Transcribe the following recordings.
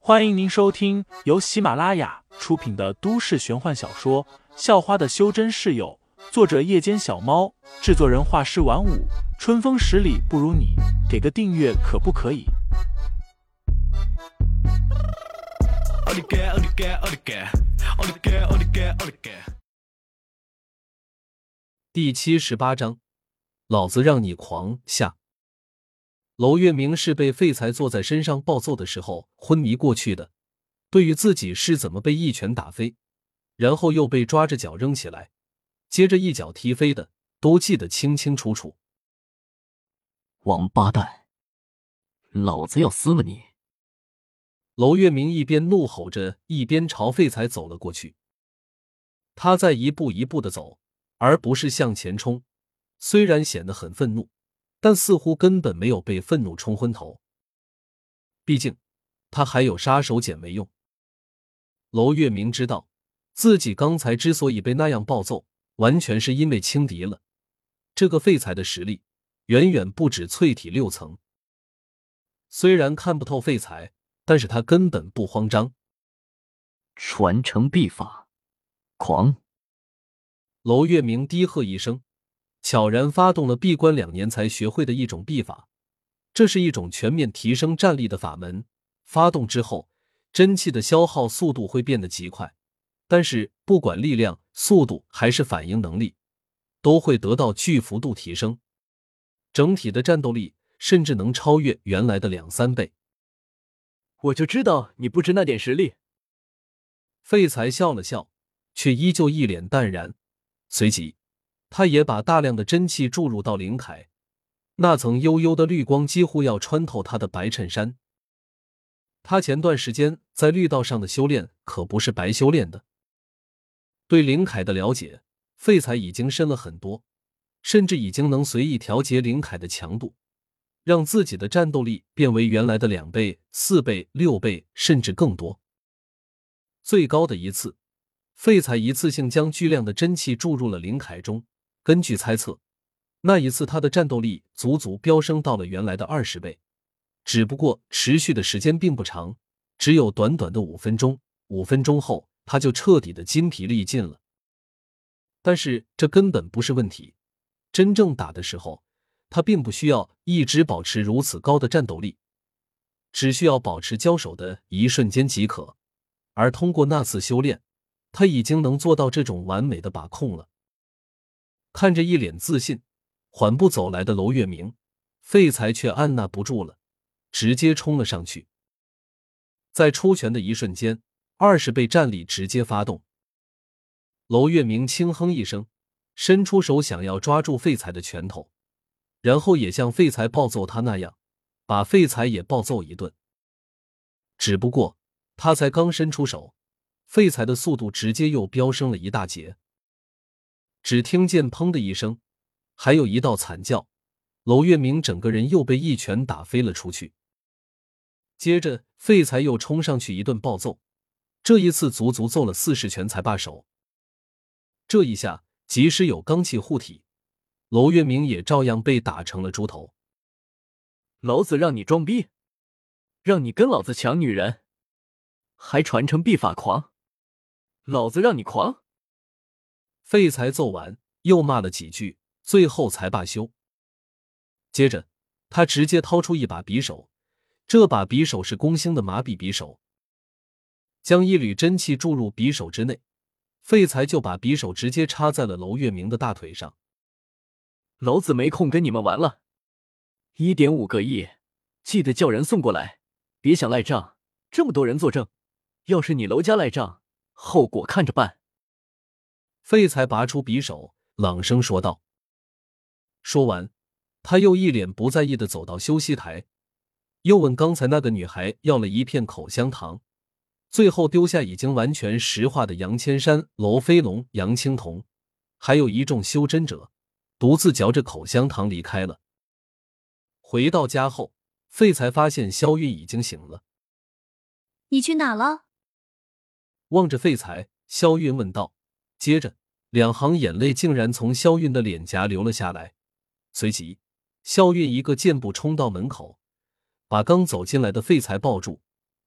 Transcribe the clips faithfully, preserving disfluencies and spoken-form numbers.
欢迎您收听由喜马拉雅出品的都市玄幻小说《校花的修真室友》，作者夜间小猫，制作人画师晚舞，春风十里不如你，给个订阅可不可以？ 第七十八章，老子让你狂下。娄月明是被废材坐在身上暴揍的时候昏迷过去的，对于自己是怎么被一拳打飞，然后又被抓着脚扔起来，接着一脚踢飞的，都记得清清楚楚。 王八蛋，老子要撕了你！ 娄月明一边怒吼着，一边朝废材走了过去。他在一步一步的走，而不是向前冲，虽然显得很愤怒，但似乎根本没有被愤怒冲昏头。毕竟他还有杀手锏没用。娄月明知道自己刚才之所以被那样暴揍，完全是因为轻敌了。这个废材的实力远远不止淬体六层。虽然看不透废材，但是他根本不慌张。 传承秘法，狂！ 娄月明低喝一声，悄然发动了闭关两年才学会的一种秘法。这是一种全面提升战力的法门，发动之后，真气的消耗速度会变得极快，但是不管力量、速度还是反应能力，都会得到巨幅度提升，整体的战斗力甚至能超越原来的两三倍。 我就知道你不知那点实力。 废材笑了笑，却依旧一脸淡然。随即他也把大量的真气注入到灵铠，那层幽幽的绿光几乎要穿透他的白衬衫。他前段时间在绿道上的修炼可不是白修炼的，对灵铠的了解，废材已经深了很多，甚至已经能随意调节灵铠的强度，让自己的战斗力变为原来的两倍、四倍、六倍，甚至更多。最高的一次，废材一次性将巨量的真气注入了灵铠中，根据猜测，那一次他的战斗力足足飙升到了原来的二十倍，只不过持续的时间并不长，只有短短的五分钟。五分钟后，他就彻底的筋疲力尽了。但是这根本不是问题，真正打的时候，他并不需要一直保持如此高的战斗力，只需要保持交手的一瞬间即可。而通过那次修炼，他已经能做到这种完美的把控了。看着一脸自信、缓步走来的娄月明，废材却按捺不住了，直接冲了上去。在出拳的一瞬间，二十倍战力直接发动。娄月明轻哼一声，伸出手想要抓住废材的拳头，然后也像废材暴揍他那样，把废材也暴揍一顿。只不过他才刚伸出手，废材的速度直接又飙升了一大截。只听见砰的一声，还有一道惨叫，娄月明整个人又被一拳打飞了出去。接着废材又冲上去一顿暴揍，这一次足足揍了四十拳才罢手。这一下即使有罡气护体，娄月明也照样被打成了猪头。 老子让你装逼，让你跟老子抢女人，还传承秘法狂，老子让你狂！ 废材揍完又骂了几句，最后才罢休。接着他直接掏出一把匕首，这把匕首是弓星的麻痹匕首，将一缕真气注入匕首之内，废材就把匕首直接插在了娄月明的大腿上。 老子没空跟你们玩了， 一点五 个亿，记得叫人送过来，别想赖账，这么多人作证，要是你娄家赖账，后果看着办。 废材拔出匕首，朗声说道。说完，他又一脸不在意地走到休息台，又问刚才那个女孩要了一片口香糖，最后丢下已经完全石化的杨千山、娄飞龙、杨青铜，还有一众修真者，独自嚼着口香糖离开了。回到家后，废材发现萧韵已经醒了。 你去哪了？ 望着废材，萧韵问道，接着两行眼泪竟然从萧韵的脸颊流了下来。随即萧韵一个箭步冲到门口，把刚走进来的废材抱住，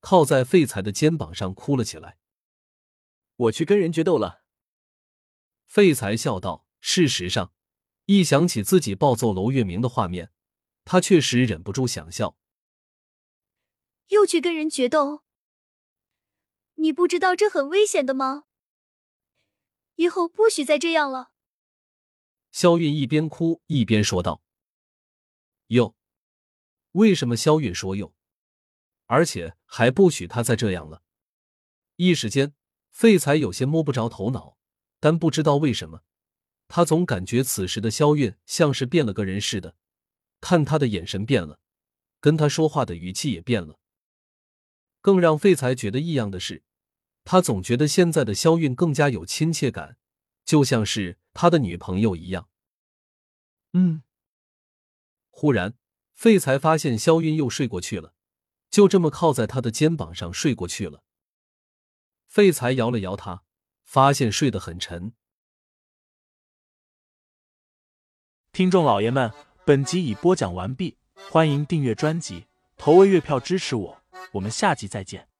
靠在废材的肩膀上哭了起来。 我去跟人决斗了。 废材笑道，事实上，一想起自己暴揍娄月明的画面，他确实忍不住想笑。 又去跟人决斗？你不知道这很危险的吗？以后不许再这样了。 萧韵一边哭一边说道。哟，为什么萧韵说哟？而且还不许他再这样了。一时间，废材有些摸不着头脑，但不知道为什么，他总感觉此时的萧韵像是变了个人似的，看他的眼神变了，跟他说话的语气也变了。更让废材觉得异样的是，他总觉得现在的萧韵更加有亲切感，就像是他的女朋友一样。嗯。忽然，废材发现萧韵又睡过去了，就这么靠在他的肩膀上睡过去了。废材摇了摇他，发现睡得很沉。 听众老爷们，本集已播讲完毕，欢迎订阅专辑，投喂月票支持我，我们下集再见。